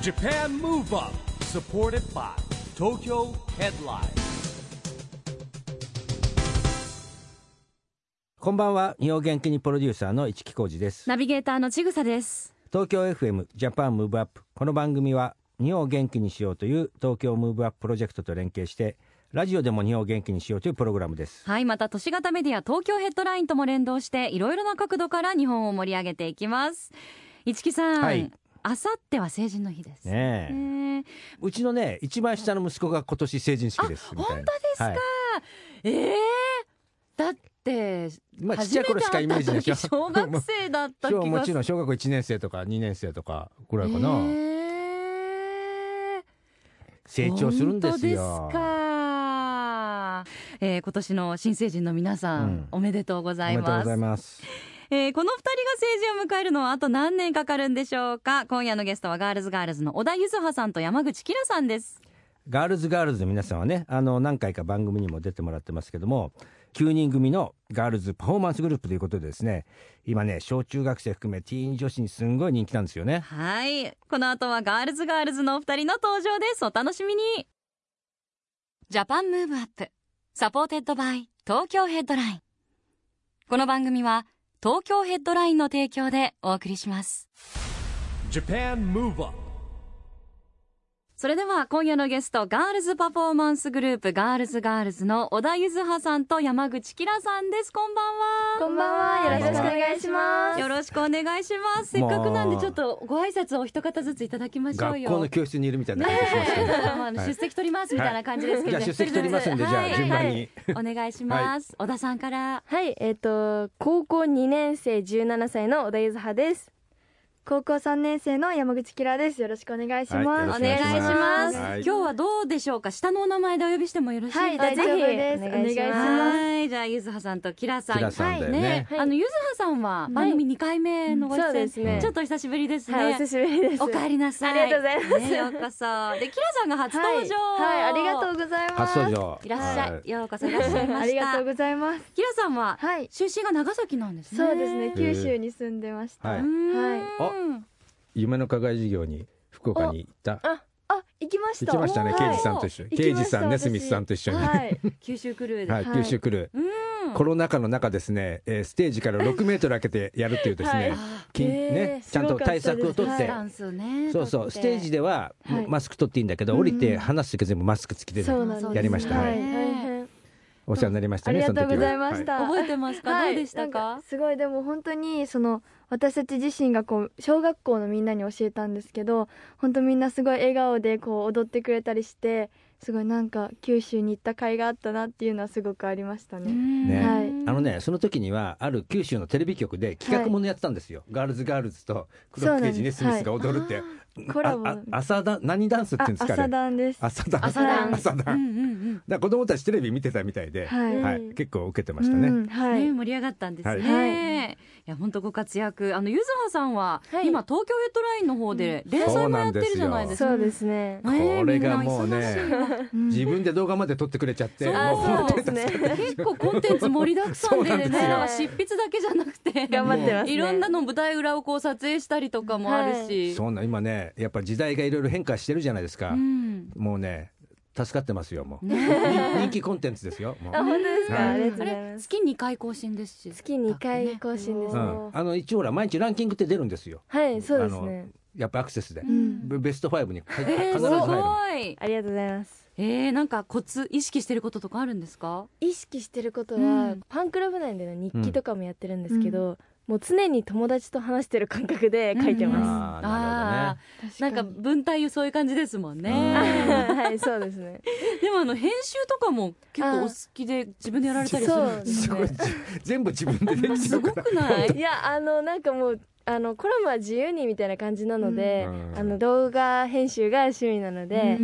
Japan Move Up supported by Tokyo Headline。 こんばんは。日本元気にプロデューサーの市木浩司です。 ナビゲーターのちぐさです。 東京 FM ジャパンムーブアップ、この番組は日本を元気にしようという東京ムーブアッププロジェクトと連携してラジオでも日本を元気にしようというプログラムです。 はい、また都市型メディア東京ヘッドラインとも連動していろいろな角度から日本を盛り上げていきます。市木さん、はい、あさっては成人の日ですね。うちのね一番下の息子が今年成人式ですみたいな。 本当ですか、はい、だってまあ、ちっちゃい頃しかイメージないでしょ。 小学生だった気がもちろん小学校1年生とか2年生とかぐらいかな、成長するんですよ。 本当ですか。今年の新成人の皆さん、おめでとうございます。 おめでとうございます。 この2人が成人を迎えるのはあと何年かかるんでしょうか。今夜のゲストはガールズの小田柚葉さんと山口綺羅さんです。 ガールズの皆さんはね、何回か番組にも出てもらってますけども、9人組のガールズパフォーマンスグループということでですね、今ね小中学生含めティーン女子にすんごい人気なんですよね。 はい、この後はガールズのお二人の登場です。お楽しみに。ジャパンムーブアップサポーテッドバイ東京ヘッドライン。この番組は東京ヘッドラインの提供でお送りします。 Japan Move Up。 それでは今夜のゲスト、ガールズパフォーマンスグループガールズの小田柚葉さんと山口綺羅さんです。こんばんは。 こんばんは。よろしくお願いします。 よろしくお願いします。せっかくなんでちょっとご挨拶をお一方ずついただきましょうよ。 学校の教室にいるみたいな感じしますね。 出席取りますみたいな感じですけど、 じゃあ出席取りますんで、じゃあ順番に、 お願いします。小田さんから。 はい、高校2年生17歳の小田柚葉です。高校3年生の山口綺羅です。よろしくお願いします。 お願いします。 はい、 今日はどうでしょうか。下のお名前でお呼びしてもよろしいですか。 はい、大丈夫です。お願いします。 はい、じゃあ柚葉さんと綺羅さん。 だよね。 柚葉さんは番組2回目のご出演、 そうですね。 ちょっと久しぶりですね。 はい、お久しぶりです。 お帰りなさい。 ありがとうございます。 ようこそ。で、綺羅さんが初登場。 はい、ありがとうございます。 初登場。 いらっしゃい。ようこそいらっしゃいました。 ありがとうございます。 綺羅さんは出身が長崎なんですね。 そうですね。九州に住んでました。はい。 夢の課外授業に福岡に行った。 行きました。 行きましたね。刑事さんと一緒に。刑事さんね、スミスさんと一緒に。 九州クルーで。 はい、九州クルー。コロナ禍の中ですね、ステージから6メートル開けてやるっていうですね、ちゃんと対策を取って、そうそう、ステージではマスク取っていいんだけど、降りて話すとき全部マスク付きでやりました。お世話になりましたね。 ありがとうございました。 覚えてますか。どうでしたか。 すごい、でも本当に私たち自身が小学校のみんなに教えたんですけど、本当みんなすごい笑顔で踊ってくれたりして、すごいなんか九州に行った甲斐があったなっていうのはすごくありましたね。 その時にはある九州のテレビ局で企画ものやってたんですよ。ガールズとクロック刑事ね、スミスが踊るって。 コラボ。 何ダンスって言うんですかね。 朝ダンです。 朝ダン。だ子供たちテレビ見てたみたいで、結構受けてましたね。 盛り上がったんですね。いや本当ご活躍。柚葉さんは今東京ヘッドラインの方で連載もやってるじゃないですか。 そうですね。 これがもうね、自分で動画まで撮ってくれちゃって、 結構コンテンツ盛りだくさんでね、執筆だけじゃなくて頑張ってますね。 いろんなの舞台裏を撮影したりとかもあるし、 そんな今ねやっぱ時代がいろいろ変化してるじゃないですか。もうね助かってますよ。もう人気コンテンツですよ。 本当ですか。ありがとうございます。 月2回更新ですし。 月2回更新です。 一応毎日ランキングって出るんですよ。 はい、そうですね。 やっぱアクセスでベスト5に必ず入る。 ありがとうございます。 なんかコツ意識してることとかあるんですか。 意識してることは、ファンクラブ内での日記とかもやってるんですけど、もう常に友達と話してる感覚で書いてます。 なるほどね。 なんか文体そういう感じですもんね。 はい、そうですね。 でも編集とかも結構お好きで自分でやられたりするんですね。 全部自分でできるから。すごくない？ いやなんかもうコラムは自由にみたいな感じなので、動画編集が趣味なので、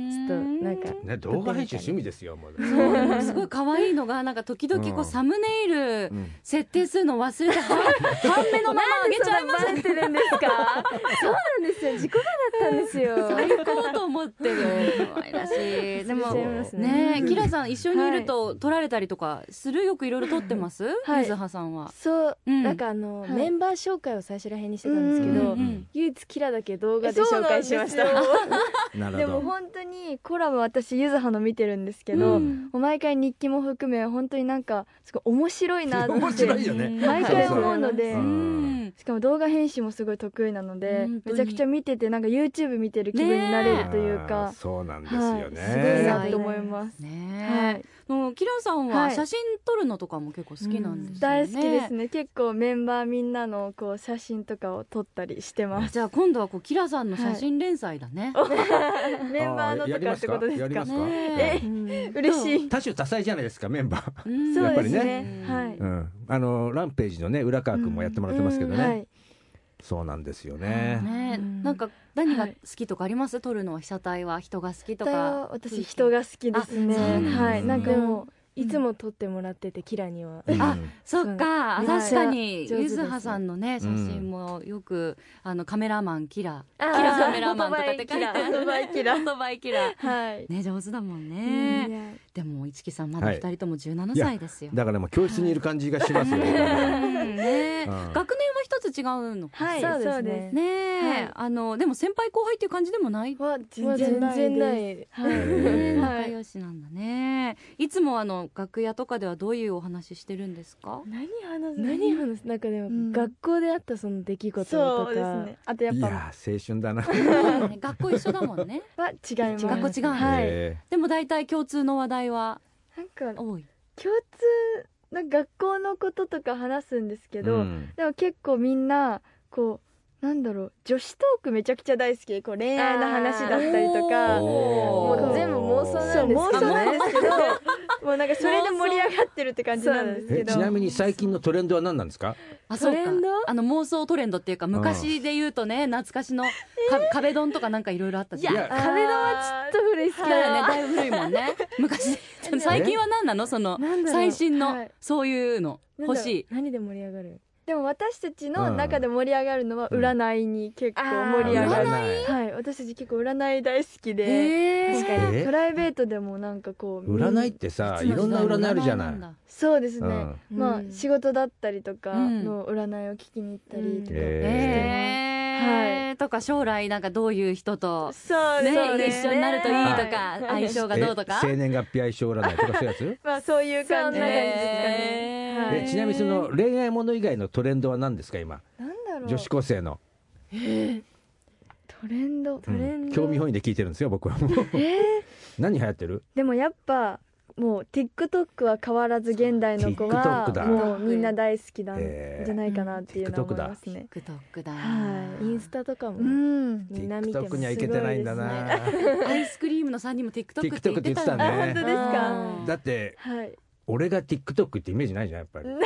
っとなんか、 ね、動画編集趣味ですよもうそうすごい可愛いのがなんか時々こうサムネイル設定するの忘れて半目のまま上げちゃいますなんでそんなバレてるんですかそうなんですよ、自己画だったんですよ最高と思ってる可愛らしい。でもね、キラさん一緒にいると撮られたりとかする、よくいろいろ撮ってます、 はい、 ゆずはさんは。 そう、なんかはい、 メンバー紹介を最初らへんにしてたんですけど、唯一キラだけ動画で紹介しました。 でも本当にコラボ私ゆずはの見てるんですけど、もう毎回日記も含め本当になんかすごい面白いなって面白いよね毎回思うので、 そうしかも動画編集もすごい得意なので、めちゃくちゃ見ててなんか YouTube 見てる気分になれるというか、 そうなんですよね、 はい、すごいなと思いますね。もうキラさんは写真撮るのとかも結構好きなんですよね。 大好きですね。結構メンバーみんなのこう写真とかを撮ったりしてます。 じゃあ今度はこうキラさんの写真連載だね、 メンバーのとかってことですか。 やりますか、 嬉しい。 多種多彩じゃないですかメンバー、 そうやっぱりですね、 ね、はい、 ランページのね浦川君もやってもらってますけどね、はい、そうなんですよね。 なんか何が好きとかあります？撮るのは被写体は人が好きとか。 私人が好きですね。はい、なんかもういつも撮ってもらっててキラには、 あ、そっか、確かにゆずはさんのね写真もよくカメラマンキラカメラマンとかって書いてある、 オートバイキラオートバイキラ、 はいね、上手だもんね。でも市木さんまだ2人とも17歳ですよ。 だからもう教室にいる感じがしますよね。 学年は一つ違うのか。 はい、そうですね。でも先輩後輩っていう感じでもない？ 全然ない。 仲良しなんだね。いつも楽屋とかではどういうお話してるんですか？ 何話すなんかでも学校であったその出来事とか、 そうですね。あとやっぱいや青春だな。 学校一緒だもんね。 は違います。 学校違う。はい。でも大体共通の話題はなんか多い。 共通な学校のこととか話すんですけど、でも結構みんなこうなんだろう、女子トークめちゃくちゃ大好きで、こう恋愛の話だったりとか、 もう全部妄想なんですけど、もうなんかそれで盛り上がってるって感じなんですけど。 ちなみに最近のトレンドは何なんですか？ トレンド？妄想トレンドっていうか、昔で言うとね、懐かしの壁ドンとかなんかいろいろあったじゃん。 いや、壁ドンはちょっと古いっすだよね。だいぶ古いもんね。昔。最近は何なの？その最新のそういうの欲しい。 何で盛り上がる？ でも私たちの中で盛り上がるのは占いに結構盛り上がる。はい、私たち結構占い大好きで、確かにプライベートでもなんかこう占いってさ、いろんな占いあるじゃない。 そうですね。まあ仕事だったりとかの占いを聞きに行ったりとかしてます。 とか将来なんかどういう人とそうね一緒になるといいとか、相性がどうとか。 生年月日相性占いとかそういうやつ？ まあそういう感じですかね。 ちなみにその恋愛もの以外のトレンドは何ですか今？ なんだろう。 女子高生のトレンド。 興味本位で聞いてるんですよ僕は。何流行ってる？でもやっぱもう TikTok は変わらず現代の子はもうみんな大好きなんじゃないかなっていうのは思いますね。 TikTok だ。 インスタとかもみんな見てます。 TikTok には行けてないんだな。 アイスクリームの3人も TikTok って言ってたね。 本当ですか？ だって俺が TikTok ってイメージないじゃんやっぱり。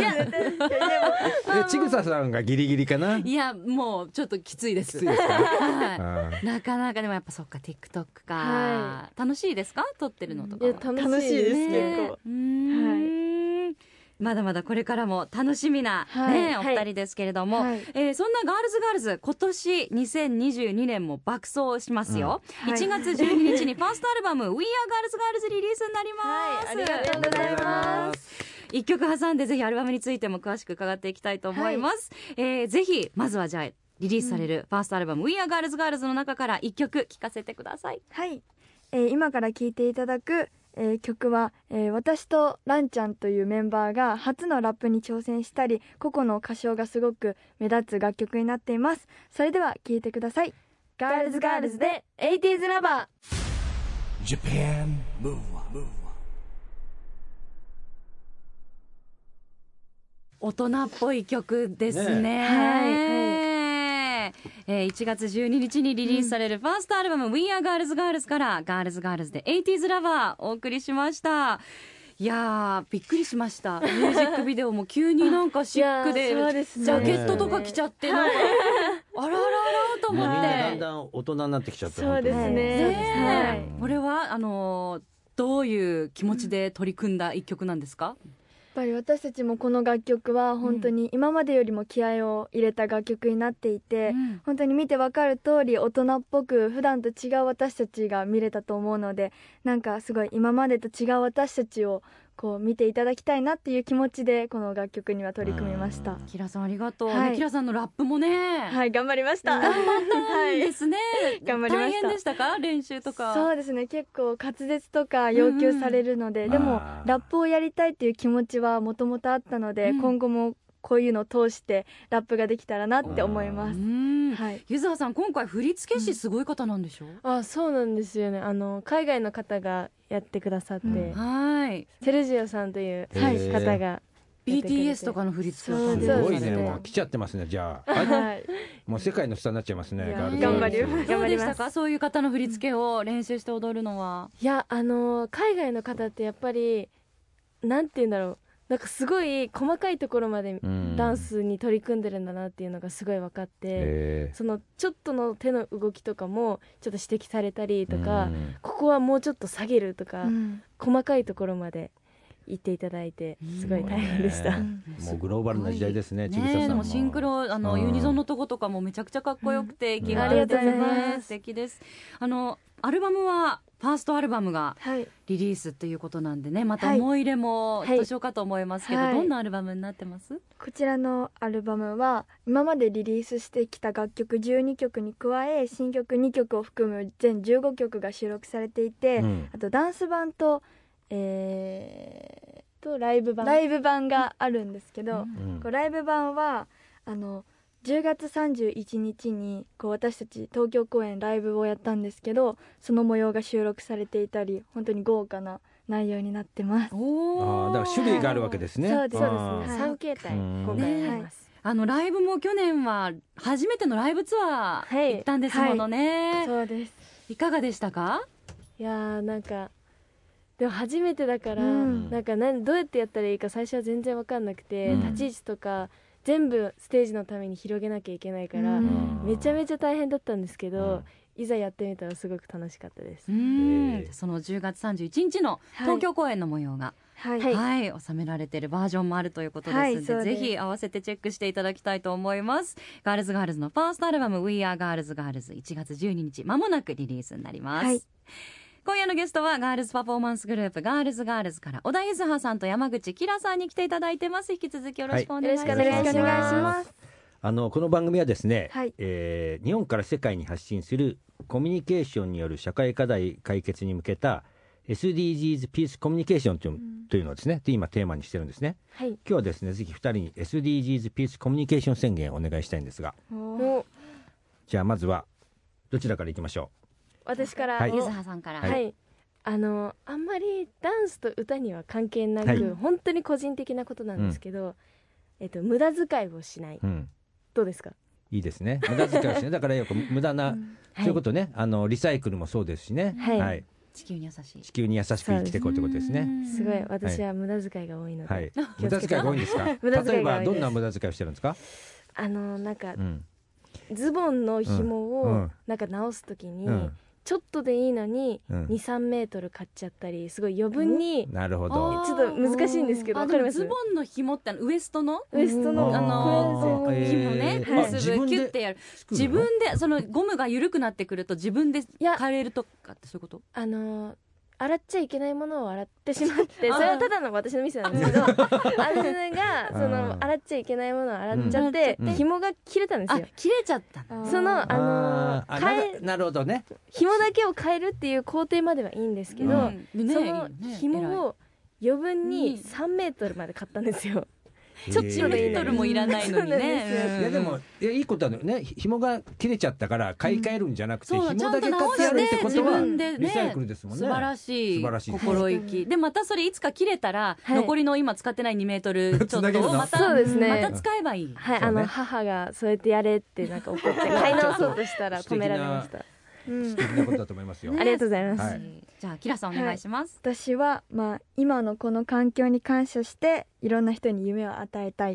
ちぐささんがギリギリかな。 いやもうちょっときついです。 きついですか？ なかなかでもやっぱそっか TikTok か。楽しいですか？撮ってるのとか。 いや楽しいです結構。 まだまだこれからも楽しみなお二人ですけれども、そんなガールズ今年2022年も爆走しますよ。1月12日にファーストアルバム We Are Girls リリースになります。 ありがとうございます。 一曲挟んでぜひアルバムについても詳しく伺っていきたいと思います。ぜひまずはじゃあリリースされるファーストアルバム We Are Girls の中から一曲聴かせてください。 はい、今から聴いていただく曲は、私とランちゃんというメンバーが初のラップに挑戦したり、個々の歌唱がすごく目立つ楽曲になっています。それでは聴いてください。ガールズで 80s ラバー。 Japan Move On。 大人っぽい曲ですね。1月12日にリリースされるファーストアルバム We Are Girls からガールズで 80s ラバーお送りしました。いやーびっくりしました。ミュージックビデオも急になんかシックでジャケットとか着ちゃってなんかあらあらあらとと思って、 みんなだんだん大人になってきちゃって。 そうですね。 これはどういう気持ちで取り組んだ一曲なんですか？ やっぱり私たちもこの楽曲は本当に今までよりも気合を入れた楽曲になっていて、本当に見てわかる通り大人っぽく普段と違う私たちが見れたと思うので、なんかすごい今までと違う私たちをこう見ていただきたいなっていう気持ちでこの楽曲には取り組みました。 キラさんありがとう、キラさんのラップもね、 はい頑張りました。 頑張ったんですね、 頑張りました。 大変でしたか、練習とか？ そうですね、結構滑舌とか要求されるので、でもラップをやりたいっていう気持ちはもともとあったので、今後もこういうのを通してラップができたらなって思います。 湯沢さん、今回振付師すごい方なんでしょう？ そうなんですよね。海外の方がやってくださって、セルジオさんという方が BTS とかの振り付けをすごいね、もう来ちゃってますね。じゃあ、もう世界のスターになっちゃいますね。 頑張ります。 どうでしたか、そういう方の振り付けを練習して踊るのは？ いや、海外の方ってやっぱりなんて言うんだろう、なんかすごい細かいところまでダンスに取り組んでるんだなっていうのがすごい分かって、そのちょっとの手の動きとかもちょっと指摘されたりとか、ここはもうちょっと下げるとか、細かいところまで言っていただいてすごい大変でした。 もうグローバルな時代ですね。ちぐささんもシンクロユニゾンのとことかもめちゃくちゃかっこよくて気がありがとうございます。素敵です。アルバムはファーストアルバムがリリースということなんでね、また思い入れもひとしおかと思いますけど、どんなアルバムになってます？ こちらのアルバムは今までリリースしてきた楽曲12曲に加え新曲2曲を含む全15曲が収録されていて、あとダンス版とライブ版があるんですけど、ライブ版は10月31日に私たち東京公演ライブをやったんですけど、その模様が収録されていたり、本当に豪華な内容になってます。 だから種類があるわけですね。 そうですね、 3形態今回あります。 ライブも去年は初めてのライブツアー行ったんですものね。 そうです。 いかがでしたか？ いやなんかでも初めてだから、なんかどうやってやったらいいか最初は全然分かんなくて、立ち位置とか全部ステージのために広げなきゃいけないから、めちゃめちゃ大変だったんですけど、いざやってみたらすごく楽しかったです。 その10月31日の東京公演の模様が収められているバージョンもあるということですので、ぜひ合わせてチェックしていただきたいと思います。ガールズガールズのファーストアルバム We Are Girls Girls 1月12日まもなくリリースになります。今夜のゲストはガールズパフォーマンスグループガールズガールズから小田柚葉さんと山口キラさんに来ていただいてます。引き続きよろしくお願いします。 よろしくお願いします。 この番組はですね、日本から世界に発信するコミュニケーションによる社会課題解決に向けた SDGs ピースコミュニケーションというのをですね、今テーマにしてるんですね。今日はですね、ぜひ2人に SDGs ピースコミュニケーション宣言をお願いしたいんですが、じゃあまずはどちらからいきましょう？ 私から、 柚葉さんから。 あんまりダンスと歌には関係なく、本当に個人的なことなんですけど、無駄遣いをしない、どうですか？ いいですね、無駄遣いをしない。だからよく無駄な、そういうことね、リサイクルもそうですしね、 地球に優しい、 地球に優しく生きていこうということですね。 すごい私は無駄遣いが多いので、 無駄遣いが多いんですか？例えばどんな無駄遣いをしてるんですか？ なんか、ズボンの紐をなんか直すときに、ちょっとでいいのに 2,3 メートル買っちゃったり、すごい余分に、 なるほど、 ちょっと難しいんですけど、分かります？ ズボンの紐ってウエストの紐ね、結ぶキュッてやる、自分でそのゴムが緩くなってくると自分で変えるとかってそういうこと？ 洗っちゃいけないものを洗ってしまって、それはただの私のミスなんですけど、姉がその洗っちゃいけないものを洗っちゃって、紐が切れたんですよ。 切れちゃった。 そのなるほどね、 紐だけを変えるっていう工程まではいいんですけど、その紐を余分に3メートルまで買ったんですよ。 ちょっと1メートルもいらないのにね。 いやでもいいことだよね。紐が切れちゃったから買い替えるんじゃなくて、紐だけ買ってやるってことはリサイクルですもんね。 素晴らしい心意気で、またそれいつか切れたら残りの今使ってない2メートルちょっとをまた使えばいい。 母がそうやってやれってなんか怒って買い直そうとしたら止められました。 素敵なことだと思いますよ。 ありがとうございます。 じゃあキラさんお願いします。 私は今のこの環境に感謝していろんな人に夢を与えたいっ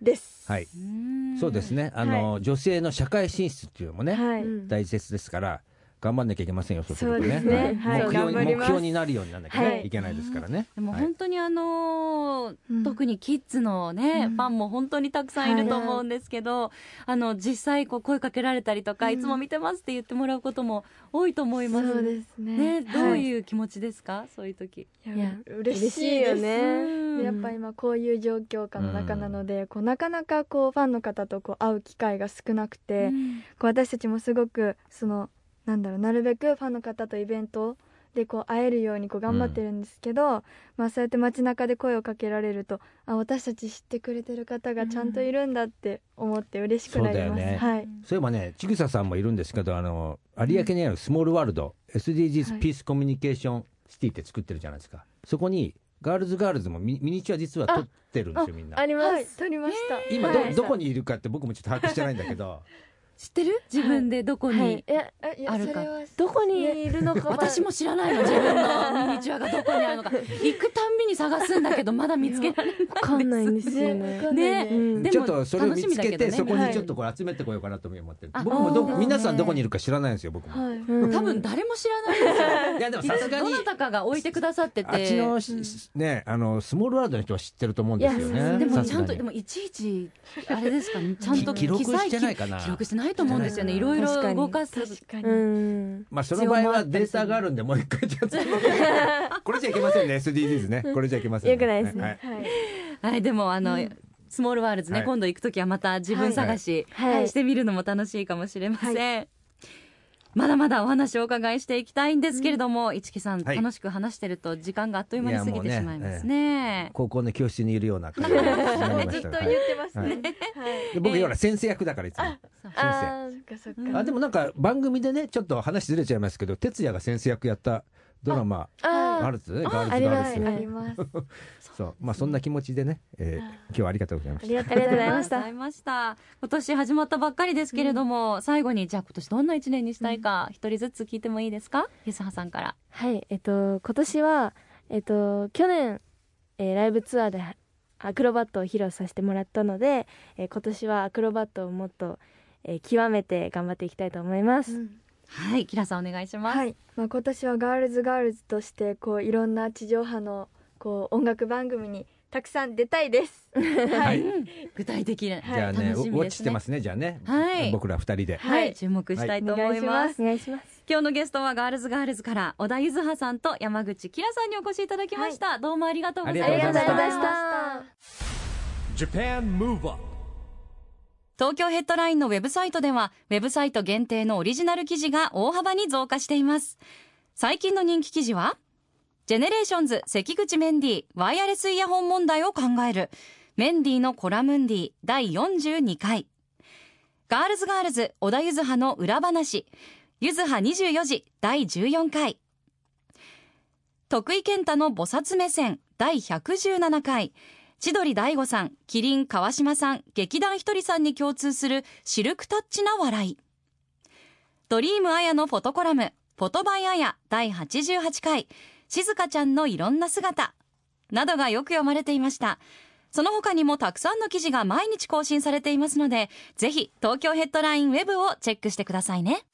です。 はい、そうですね、女性の社会進出っていうのもね、大切ですから頑張んなきゃいけませんよ。 そうですね、 目標になるようになんなきゃいけないですからね。 でも本当に特にキッズのね、ファンも本当にたくさんいると思うんですけど、実際声かけられたりとか、いつも見てますって言ってもらうことも多いと思います。 そうですね。 どういう気持ちですか、そういう時。 いや嬉しいよね。やっぱ今こういう状況下の中なので、なかなかファンの方と会う機会が少なくて、私たちもすごくなるべくファンの方とイベントで会えるように頑張ってるんですけど、そうやって街中で声をかけられると、私たち知ってくれてる方がちゃんといるんだって思って嬉しくなります。 そういえばね、ちぐささんもいるんですけど、有明にあるスモールワールド、SDGs ピースコミュニケーションシティって作ってるじゃないですか。そこにガールズもミニチュア実は撮ってるんですよ。みんなあります、撮りました。 今どこにいるかって僕もちょっと把握してないんだけど知ってる？自分でどこにあるか。 どこにいるのか私も知らないの、自分のミニチュアがどこにあるのか。行くたんびに探すんだけどまだ見つけられない。 分かんないんですよね。 ちょっとそれを見つけて、そこにちょっと集めてこようかなと思ってる。僕も皆さんどこにいるか知らないんですよ。僕も多分誰も知らないんですよ。 いやでもさすがにどなたかが置いてくださってて、 あっちのね、スモールワールドの人は知ってると思うんですよね。 でもちゃんといちいちあれですかね、ちゃんと記録してないかな。 記録してないと思うんですよね。いろいろ動かす。 その場合はデータがあるんでもう一回ちょっとこれじゃいけませんね。 SDGs ね、これじゃいけませんね。 よくないですね。 はい、でもスモールワールズね、今度行くときはまた自分探ししてみるのも楽しいかもしれません。まだまだお話をお伺いしていきたいんですけれども、市木さん、楽しく話してると時間があっという間に過ぎてしまいますね。 高校の教室にいるような感じになりました。 ずっと言ってますね。 僕先生役だからいつも先生。でも番組でねちょっと話ずれちゃいますけど、哲也が先生役やったドラマあるんですね。ガールズガールズ。 あります。 そう、そんな気持ちでね、今日はありがとうございました。 ありがとうございました。 今年始まったばっかりですけれども、最後にじゃあ今年どんな1年にしたいか一人ずつ聞いてもいいですか？ゆずはさんから。 はい、今年は去年ライブツアーでアクロバットを披露させてもらったので、今年はアクロバットをもっと極めて頑張っていきたいと思います。 はい、キラさんお願いします。 はい、今年はガールズとしていろんな地上波の音楽番組にたくさん出たいです。 はい、 具体的な、 じゃあね、ウォッチしてますね。じゃあね、僕ら2人で注目したいと思います。 お願いします。 今日のゲストはガールズから小田ゆずはさんと山口キラさんにお越しいただきました。どうもありがとうございました。 ありがとうございました。Japan Move Up。 東京ヘッドラインのウェブサイトでは、ウェブサイト限定のオリジナル記事が大幅に増加しています。最近の人気記事は、ジェネレーションズ関口メンディーワイヤレスイヤホン問題を考えるメンディーのコラムンディ第42回、ガールズ小田ゆずはの裏話ゆずは24時第14回、徳井健太の菩薩目線第117回、千鳥大悟さん、麒麟川島さん、劇団ひとりさんに共通するシルクタッチな笑い、ドリームあやのフォトコラムフォトバイあや第88回、静香ちゃんのいろんな姿などがよく読まれていました。その他にもたくさんの記事が毎日更新されていますので、ぜひ東京ヘッドラインウェブをチェックしてくださいね。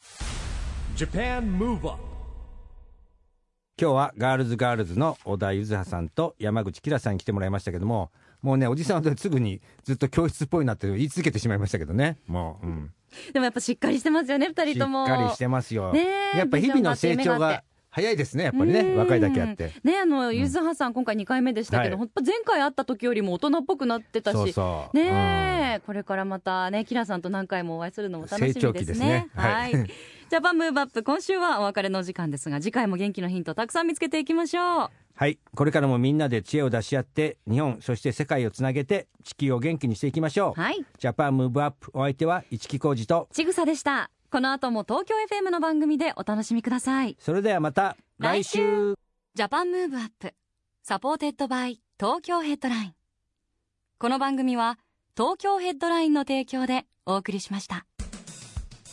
Japan Move Up。 今日はガールズの小田ゆずはさんと山口キラさんに来てもらいましたけども、もうねおじさんはすぐにずっと教室っぽいなって言い続けてしまいましたけどね。もう、 でもやっぱしっかりしてますよね、2人とも。 しっかりしてますよ、やっぱ日々の成長が早いですね、やっぱりね、若いだけあってね。 ゆずはさん今回2回目でしたけど、前回会った時よりも大人っぽくなってたし、これからまたねキラさんと何回もお会いするのも楽しみですね。 成長期ですね。 はいジャパンムーブアップ、今週はお別れの時間ですが、次回も元気のヒントをたくさん見つけていきましょう。 はい、これからもみんなで知恵を出し合って日本そして世界をつなげて地球を元気にしていきましょう。ジャパンムーブアップ、お相手は市木浩二とちぐさでした。この後も東京 FM の番組でお楽しみください。 それではまた来週。 ジャパンムーブアップサポーテッドバイ東京ヘッドライン。この番組は東京ヘッドラインの提供でお送りしました。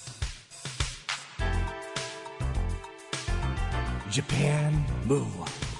Japan Move Up。